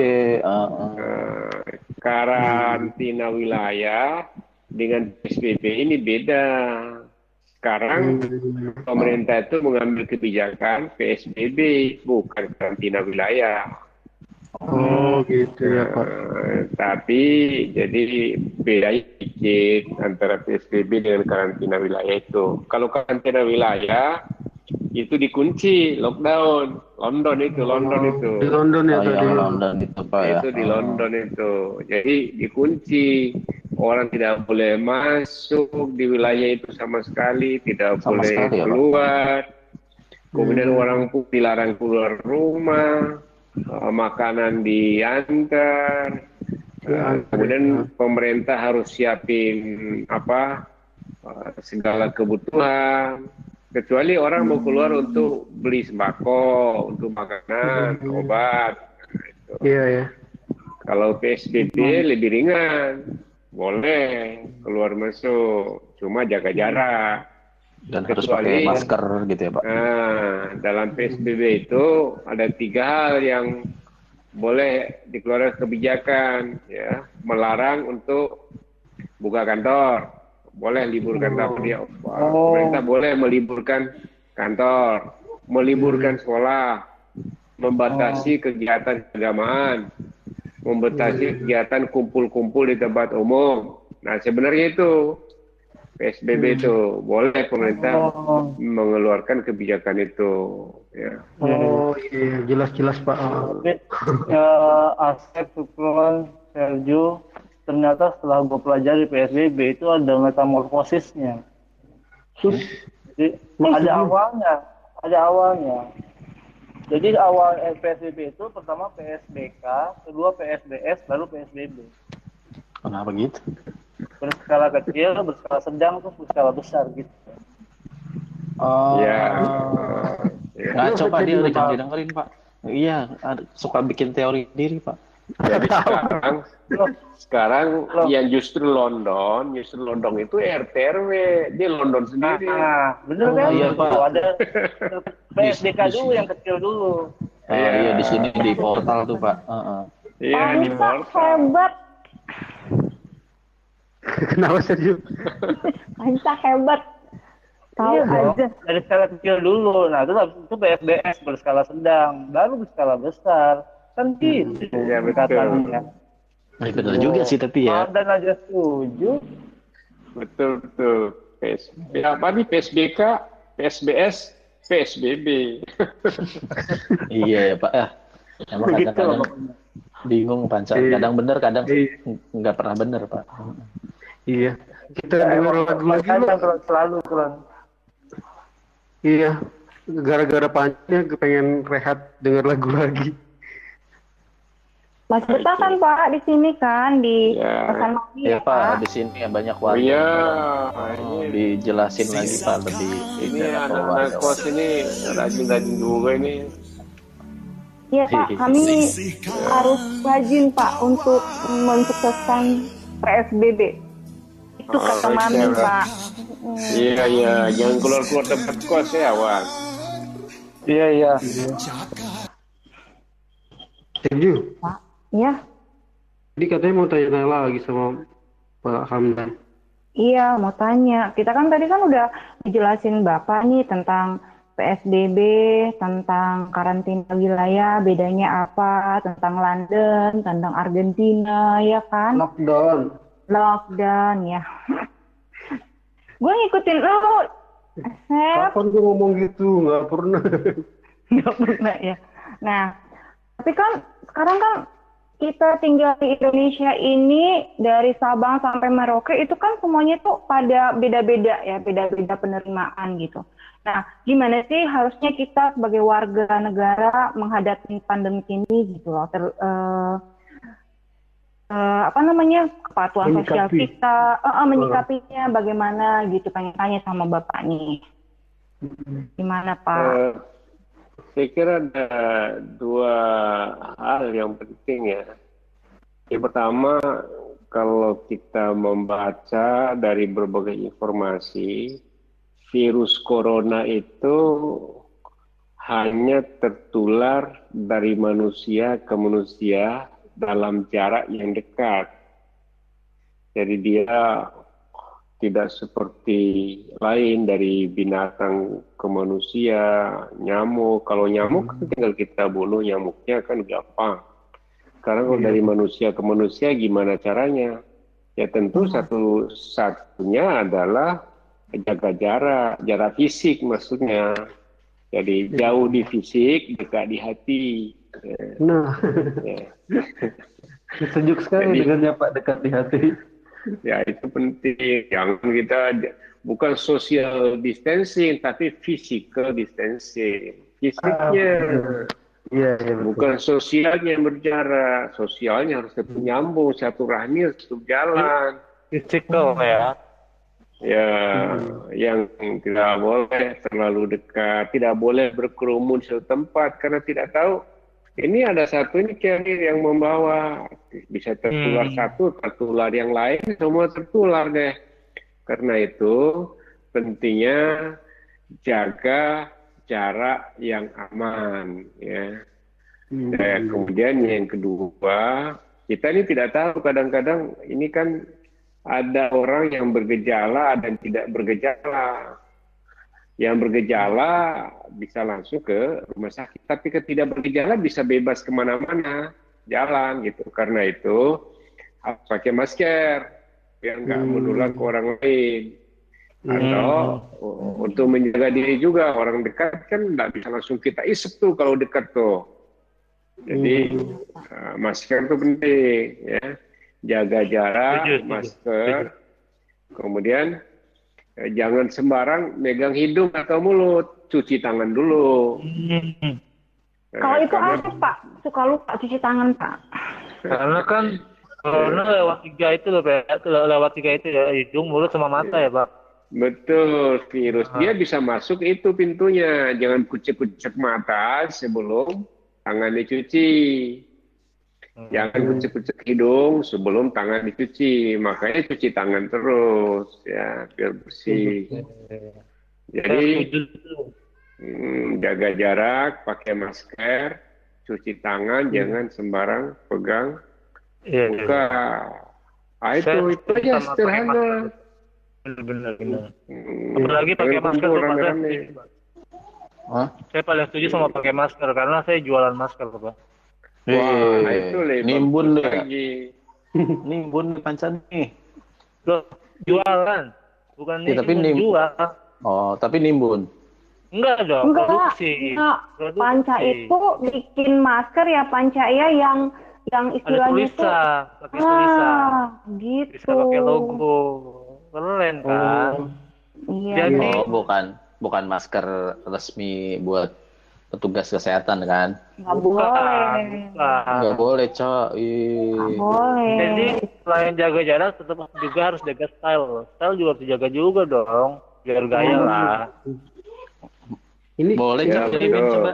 Karantina wilayah dengan PSBB ini beda. Sekarang pemerintah itu mengambil kebijakan PSBB, bukan karantina wilayah. Oh gitu ya Pak. Tapi jadi beda sedikit antara PSBB dengan karantina wilayah itu. Kalau karantina wilayah itu dikunci, lockdown. London itu. Di London ya tadi. London itu Pak ya. Itu di London itu. Jadi dikunci. Orang tidak boleh masuk di wilayah itu sama sekali, tidak boleh keluar. Kemudian orang pun dilarang keluar rumah, makanan diantar. Kemudian pemerintah harus siapin segala kebutuhan. Kecuali orang mau keluar untuk beli sembako, untuk makanan, obat. Iya ya. Kalau PSBB lebih ringan, boleh keluar masuk, cuma jaga jarak. Dan harus pakai masker gitu ya Pak. Dalam PSBB itu ada 3 hal yang boleh dikeluarkan kebijakan, ya, melarang untuk buka kantor. Boleh libur kantor dia. Pemerintah boleh meliburkan kantor, meliburkan sekolah, membatasi kegiatan keagamaan, membatasi kegiatan kumpul-kumpul di tempat umum. Nah, sebenarnya itu PSBB itu boleh pemerintah mengeluarkan kebijakan itu. Ya. Oh iya, jelas-jelas Pak. Asep, Sukron, Sergio, ternyata setelah gue pelajari PSBB itu ada metamorfosisnya. Jadi ada awalnya. Jadi awal PSBB itu pertama PSBK, kedua PSBS, baru PSBB. Kenapa gitu? Berskala kecil, berskala sedang, terus berskala besar gitu. Oh. Ya. Ngaco Pak, dia udah jangan dengerin Pak. Iya, suka bikin teori sendiri Pak. Jadi sekarang yang justru London itu RT RW, dia London sendiri. Nah, bener kan? Iya Pak. Ada PSBK dulu yang kecil dulu. Iya di sini di portal tuh Pak. Iya di Pansa portal. hebat. Kenapa serius? Pansa hebat. Tahu Iya, aja. dari skala kecil dulu. Nah, terus habis itu PSBS berskala sedang, baru berskala besar. Kan gitu. Iya, betul. Katanya. Benar juga sih tapi ya. Dan aja setuju. Betul. Apa nih PSBK, PSBS, PSBB. Iya ya Pak. Emang kadang-kadang bingung Panca. Kadang bener, kadang nggak pernah bener Pak. Iya. Kita denger lagu lagi loh. Selalu kurang. Iya. Gara-gara Panca pengen rehat denger lagu lagi. Mas Betah kan Pak di sini kan di Pesan Mami Iya ya Pak, di sini ya banyak warga. Iya, dijelasin lagi Pak lebih. Ini anak-anak kos ini rajin-rajin juga ini. Iya Pak, kami harus rajin Pak untuk mensukseskan PSBB. Itu kata Mami Pak. Iya, jangan keluar-keluar tempat kos ya, Wan. Iya. Setuju. Pak, iya. Jadi katanya mau tanya lagi sama Pak Hamdan. Iya, mau tanya. Kita kan tadi kan udah dijelasin Bapak nih tentang PSBB, tentang karantina wilayah, bedanya apa, tentang London, tentang Argentina, ya kan? Lockdown, ya. Gue ngikutin lo. Kapan gue ngomong gitu? Nggak pernah. Nggak pernah, ya. Nah, tapi kan sekarang kan kita tinggal di Indonesia ini dari Sabang sampai Merauke itu kan semuanya tuh pada beda-beda ya, beda-beda penerimaan gitu. Nah, gimana sih harusnya kita sebagai warga negara menghadapi pandemi ini gitu loh, kepatuhan sosial kita, menyikapinya bagaimana gitu, tanya-tanya sama Bapak nih. Gimana Pak? Saya kira ada dua hal yang penting ya. Yang pertama, kalau kita membaca dari berbagai informasi, virus corona itu hanya tertular dari manusia ke manusia dalam jarak yang dekat. Jadi dia tidak seperti lain dari binatang ke manusia, nyamuk. Kalau nyamuk kan tinggal kita bunuh nyamuknya kan gampang. Sekarang kalau dari manusia ke manusia gimana caranya? Ya tentu satu-satunya adalah jaga jarak fisik maksudnya. Jadi jauh di fisik, dekat di hati. Nah, Sejuk sekali dengarnya Pak, dekat di hati. Ya itu penting. Jangan kita bukan social distancing, tapi physical distancing. Fisiknya, bukan sosialnya yang berjarak. Sosialnya harus tetap nyambung, satu rahmi harus tetap jalan. Physical ya. Ya, yang tidak boleh terlalu dekat, tidak boleh berkerumun di satu tempat karena tidak tahu. Ini ada satu ini carrier yang membawa, bisa tertular satu, tertular yang lain, semua tertular deh. Karena itu pentingnya jaga jarak yang aman, ya. Dan kemudian yang kedua, kita ini tidak tahu kadang-kadang ini kan ada orang yang bergejala dan tidak bergejala. Yang bergejala bisa langsung ke rumah sakit, tapi tidak bergejala bisa bebas kemana-mana, jalan gitu. Karena itu harus pakai masker, biar nggak menular ke orang lain. Atau untuk menjaga diri juga, orang dekat kan nggak bisa langsung kita isep tuh kalau dekat tuh. Jadi masker itu penting, ya. Jaga jarak, masker, kemudian Jangan sembarang megang hidung atau mulut, cuci tangan dulu. Kalau itu Karena apa Pak? Suka lupa cuci tangan Pak. Karena kan corona lewat 3 itu loh, Pak. Lewat 3 itu ya, hidung, mulut sama mata ya, Pak. betul, virus dia bisa masuk itu pintunya. Jangan kucek-kucek mata sebelum tangan dicuci. Jangan kucek-kucek hidung sebelum tangan dicuci. Makanya cuci tangan terus ya biar bersih. Jadi jaga jarak, pakai masker, cuci tangan, jangan sembarang pegang muka. Itu aja sederhana. Benar. Apalagi pakai masker tuh Pak. Saya paling setuju sama pakai masker karena saya jualan masker, Pak. Wah, itu nimbun lagi. Nimbun pancan nih. Loh, jualan, bukan Ya, tapi jual. Oh, tapi nimbun. Enggak dong, produksi. Panca itu bikin masker ya Panca ya yang istilahnya itu pakai tulisan. Gitu. Bisa pakai logo. Keren kan? Iya. Jadi bukan masker resmi buat petugas kesehatan kan? Nggak boleh. Nggak boleh, Cok. Nggak boleh. Jadi selain jaga jarak, tetap juga harus jaga style. Style juga harus dijaga juga dong, biar gaya lah. Ini boleh ya, coba.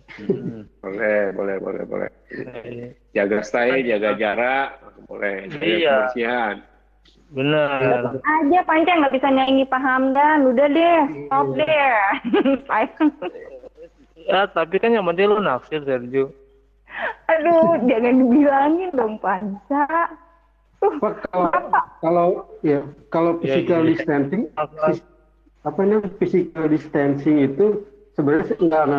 Boleh. Jaga style, jaga jarak, boleh. Jaga kebersihan. Benar. Aja Panca nggak bisa nyanyi Pak Hamdan, udah deh, stop deh. Ya, tapi kan yang penting lu naksir, Sergio. Aduh, jangan dibilangin dong Panca. Pak, kalau physical distancing, physical distancing itu sebenarnya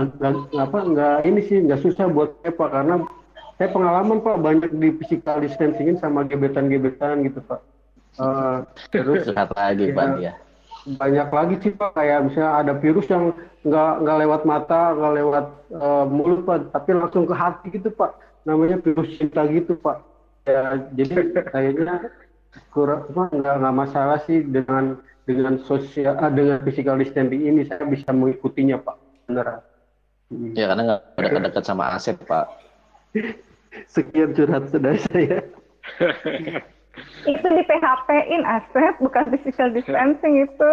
nggak susah buat saya Pak, karena saya pengalaman Pak banyak di physical distancingin sama gebetan gitu Pak. Terus lagi Pak ya. Banyak lagi sih Pak, kayak misalnya ada virus yang nggak lewat mata, nggak lewat mulut Pak, tapi langsung ke hati gitu Pak. Namanya virus cinta gitu Pak. Ya, jadi kayaknya nggak masalah sih dengan dengan physical distancing ini, saya bisa mengikutinya Pak. Beneran. Ya karena nggak dekat-dekat sama Asep Pak. Sekian curhat saudara saya. Itu di PHP-in Asep, bukan physical distancing itu.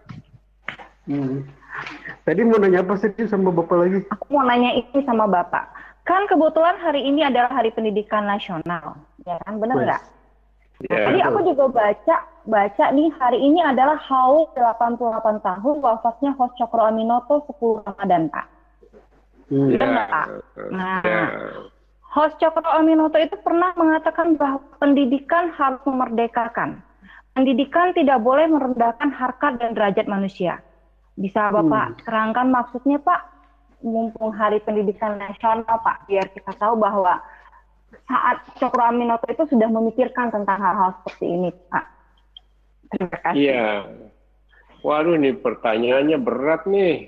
Tadi mau nanya apa sih sama Bapak lagi? Aku mau nanya ini sama Bapak. Kan kebetulan hari ini adalah Hari Pendidikan Nasional, ya kan? Benar nggak? Ya. Tadi aku juga baca nih, hari ini adalah HUT 88 tahun wafatnya Host Cokro Aminoto 10 Ramadan, Pak. Benar nggak, Pak? Nah, Host Cokro Aminoto itu pernah mengatakan bahwa pendidikan harus memerdekakan. Pendidikan tidak boleh merendahkan harkat dan derajat manusia. Bisa Bapak terangkan maksudnya, Pak? Mumpung Hari Pendidikan Nasional, Pak, biar kita tahu bahwa saat Cokro Aminoto itu sudah memikirkan tentang hal-hal seperti ini, Pak. Terima kasih. Iya. Waduh, nih pertanyaannya berat nih.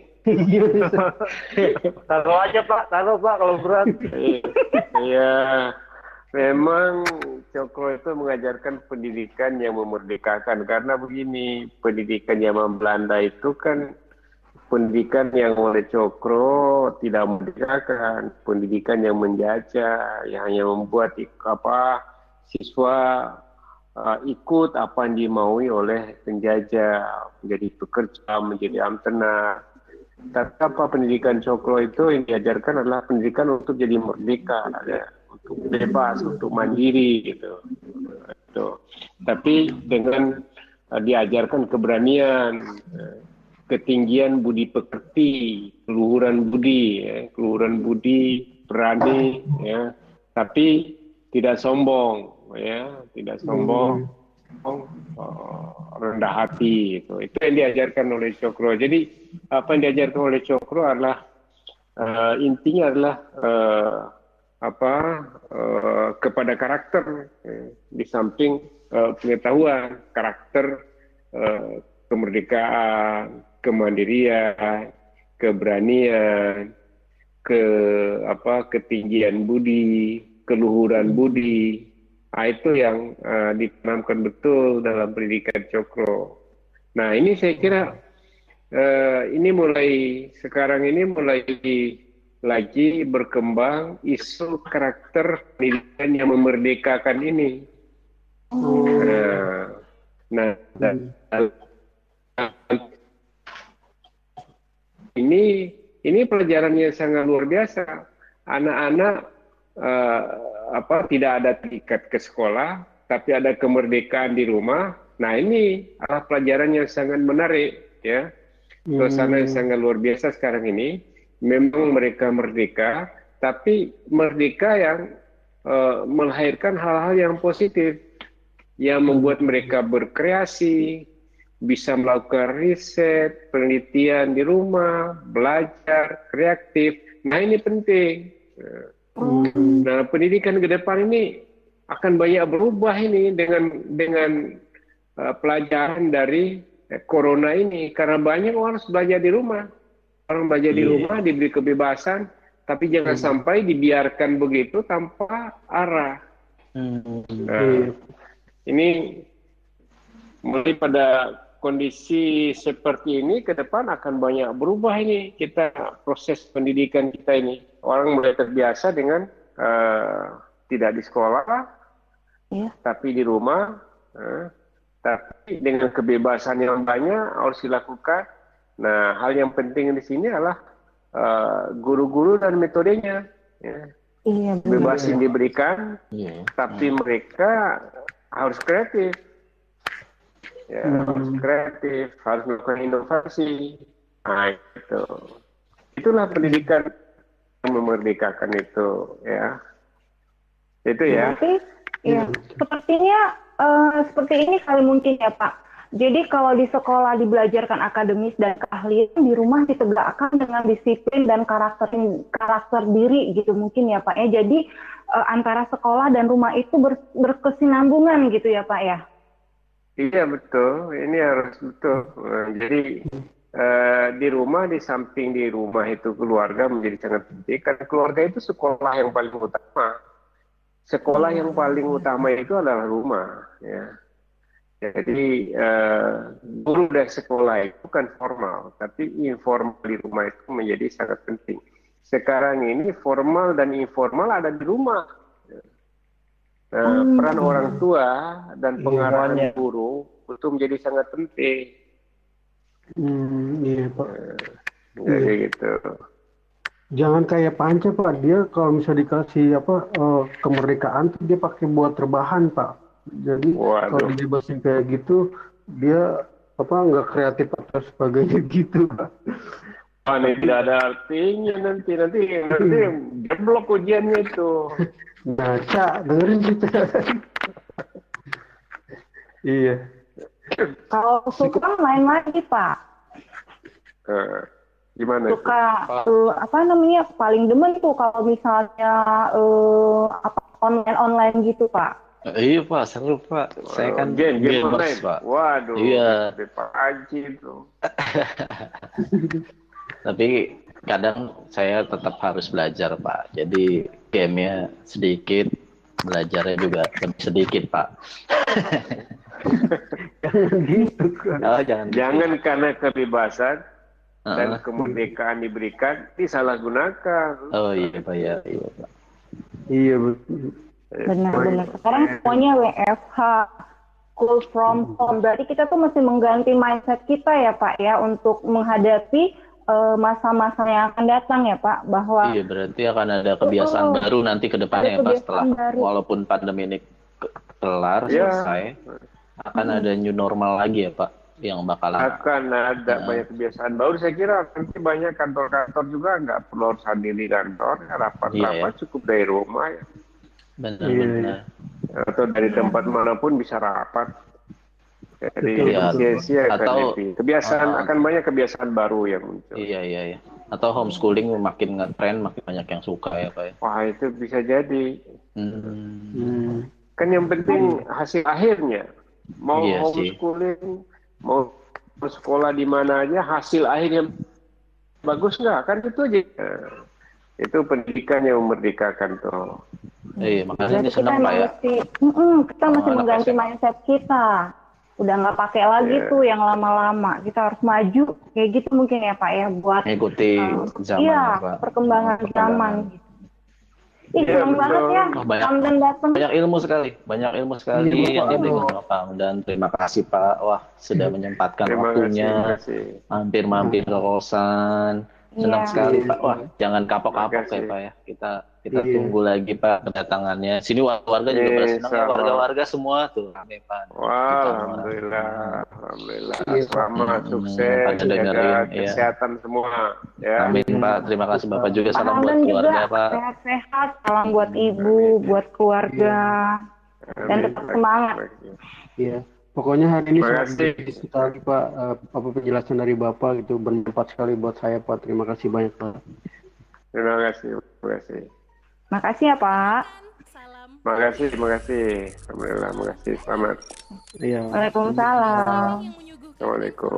Taruh aja Pak, kalau berat. Iya, memang Cokro itu mengajarkan pendidikan yang memerdekakan, karena begini, pendidikan zaman Belanda itu kan pendidikan yang oleh Cokro tidak memerdekakan, pendidikan yang menjajah, yang hanya membuat siswa ikut apa yang dimaui oleh penjajah, menjadi pekerja, menjadi amtena. Tapi pendidikan Cokro itu yang diajarkan adalah pendidikan untuk jadi merdeka, ya, untuk bebas, untuk mandiri gitu. Tapi dengan diajarkan keberanian, ketinggian budi pekerti, keluhuran budi, berani, ya, tapi tidak sombong, ya, rendah hati, itu yang diajarkan oleh Cokro. Jadi apa yang diajarkan oleh Cokro adalah intinya adalah kepada karakter, di samping pengetahuan, karakter, kemerdekaan, kemandirian, keberanian, ketinggian budi, keluhuran budi. Itu yang ditanamkan betul dalam pendidikan Cokro. Nah, ini saya kira ini sekarang ini mulai lagi berkembang isu karakter pendidikan yang memerdekakan ini. Nah, ini pelajaran yang sangat luar biasa. Anak-anak tidak ada terikat ke sekolah, tapi ada kemerdekaan di rumah. Nah, ini adalah pelajaran yang sangat menarik, ya. Suasana yang sangat luar biasa sekarang ini. Memang mereka merdeka, tapi merdeka yang melahirkan hal-hal yang positif, yang membuat mereka berkreasi, bisa melakukan riset, penelitian di rumah, belajar, kreatif. Nah, ini penting. Nah, pendidikan ke depan ini akan banyak berubah ini dengan pelajaran dari corona ini, karena banyak orang harus belajar di rumah. Orang belajar di rumah, diberi kebebasan, tapi jangan sampai dibiarkan begitu tanpa arah. Nah, ini mulai pada kondisi seperti ini ke depan akan banyak berubah ini proses pendidikan kita ini. Orang mulai terbiasa dengan tidak di sekolah, tapi di rumah, tapi dengan kebebasan yang banyak harus dilakukan. Nah, hal yang penting di sini adalah guru-guru dan metodenya. Ya. Bebas yang diberikan, tapi mereka harus kreatif. Ya, harus kreatif, harus melakukan inovasi. Nah, itulah pendidikan yang memerdekakan itu, ya. Itu ya. Sepertinya seperti ini kali mungkin ya, Pak. Jadi kalau di sekolah dibelajarkan akademis dan keahlian, di rumah ditegakkan dengan disiplin dan karakter diri gitu mungkin ya, Pak ya. Jadi antara sekolah dan rumah itu berkesinambungan gitu ya, Pak ya. Iya, betul. Ini harus betul. Jadi di rumah, di samping di rumah itu keluarga menjadi sangat penting. Karena keluarga itu sekolah yang paling utama. Sekolah yang paling utama itu adalah rumah, ya. Jadi guru dari sekolah itu bukan formal, tapi informal di rumah itu menjadi sangat penting. Sekarang ini formal dan informal ada di rumah. Peran orang tua dan pengarahan guru itu menjadi sangat penting. Iya, Pak. Jadi gitu. Jangan kayak Panca, Pak. Dia kalau misalnya dikasih kemerdekaan tuh dia pakai buat rebahan, Pak. Jadi kalau dibebasin kayak gitu, dia nggak kreatif atau sebagainya gitu, Pak. Ini tidak ada artinya nanti jeblok ujiannya itu. Baca, dengerin kita. Iya. Kalau suka main lagi, Pak. Gimana? Suka paling demen tuh kalau misalnya online gitu, Pak. Iya, Pak, seru, Pak. Saya kan game gamers, Pak. Waduh, iya. Pak Haji itu. Tapi kadang saya tetap harus belajar, Pak. Jadi gamenya sedikit, belajarnya juga lebih sedikit, Pak. Jangan gitu kan. Oh, jangan karena kebebasan dan kemerdekaan diberikan disalahgunakan. Oh iya, Pak, ya. Iya, Pak. Iya, betul. Benar-benar. Sekarang semuanya WFH, school from home. Berarti kita tuh mesti mengganti mindset kita ya, Pak ya, untuk menghadapi masa-masa yang akan datang ya, Pak. Bahwa iya, berarti akan ada kebiasaan baru nanti ke depannya ya, Pak, setelah walaupun pandemi ini kelar selesai, akan ada new normal lagi ya, Pak, yang bakalan akan ada banyak kebiasaan baru. Saya kira nanti banyak kantor-kantor juga nggak perlu harus hadir di kantor, rapat-rapat cukup dari rumah ya. Benar. Atau dari tempat manapun bisa rapat. Jadi atau kebiasaan akan banyak kebiasaan baru yang muncul. Iya. Atau homeschooling makin ngetren, makin banyak yang suka ya, Pak ya. Wah, itu bisa jadi. Kan yang penting hasil akhirnya. Mau homeschooling, mau sekolah di mana aja, hasil akhirnya bagus nggak? Kan itu aja. Itu pendidikan yang memerdekakan tuh. Iya, makanya ini senang, Pak ya. Kita mesti mengganti mindset kita. Udah nggak pakai lagi tuh yang lama-lama. Kita harus maju kayak gitu mungkin ya Pak ya, buat mengikuti zaman. Iya, Pak. perkembangan zaman. Senang banget ya, Hamdan datang. Banyak ilmu sekali yang diberikan oleh Pak Hamdan. Terima kasih Pak, wah sudah menyempatkan waktunya, mampir ke kosan. Senang sekali Pak, wah jangan kapok-kapok ya Pak ya. Kita tunggu lagi Pak kedatangannya. Sini warga juga pada senang ya, warga semua tuh. Pak. Wah, alhamdulillah. Selamat sukses, jaga kesehatan semua. Ya. Amin Pak, terima kasih Bapak juga. Salam buat keluarga Pak. Sehat-sehat, salam buat ibu, buat keluarga, dan tetap semangat. Iya. Pokoknya hari ini sangat sekali Pak, apa penjelasan dari Bapak itu bermanfaat sekali buat saya Pak. Terima kasih banyak Pak. Terima kasih. Makasih ya Pak. Terima kasih. Alhamdulillah, makasih. Selamat. Iya. Waalaikumsalam. Assalamualaikum.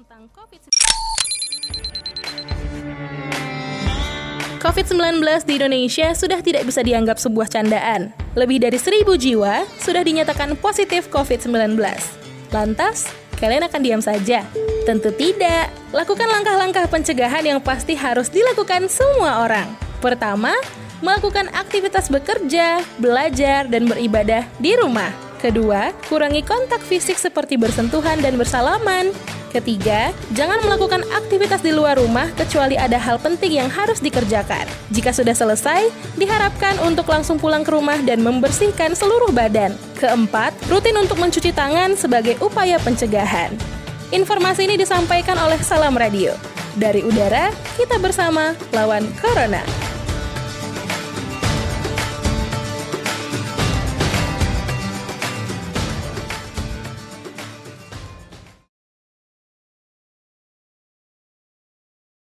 COVID-19 di Indonesia sudah tidak bisa dianggap sebuah candaan. Lebih dari 1.000 jiwa sudah dinyatakan positif COVID-19. Lantas, kalian akan diam saja? Tentu tidak. Lakukan langkah-langkah pencegahan yang pasti harus dilakukan semua orang. Pertama, melakukan aktivitas bekerja, belajar, dan beribadah di rumah. Kedua, kurangi kontak fisik seperti bersentuhan dan bersalaman. Ketiga, jangan melakukan aktivitas di luar rumah kecuali ada hal penting yang harus dikerjakan. Jika sudah selesai, diharapkan untuk langsung pulang ke rumah dan membersihkan seluruh badan. Keempat, rutin untuk mencuci tangan sebagai upaya pencegahan. Informasi ini disampaikan oleh Salam Radio. Dari udara, kita bersama lawan Corona.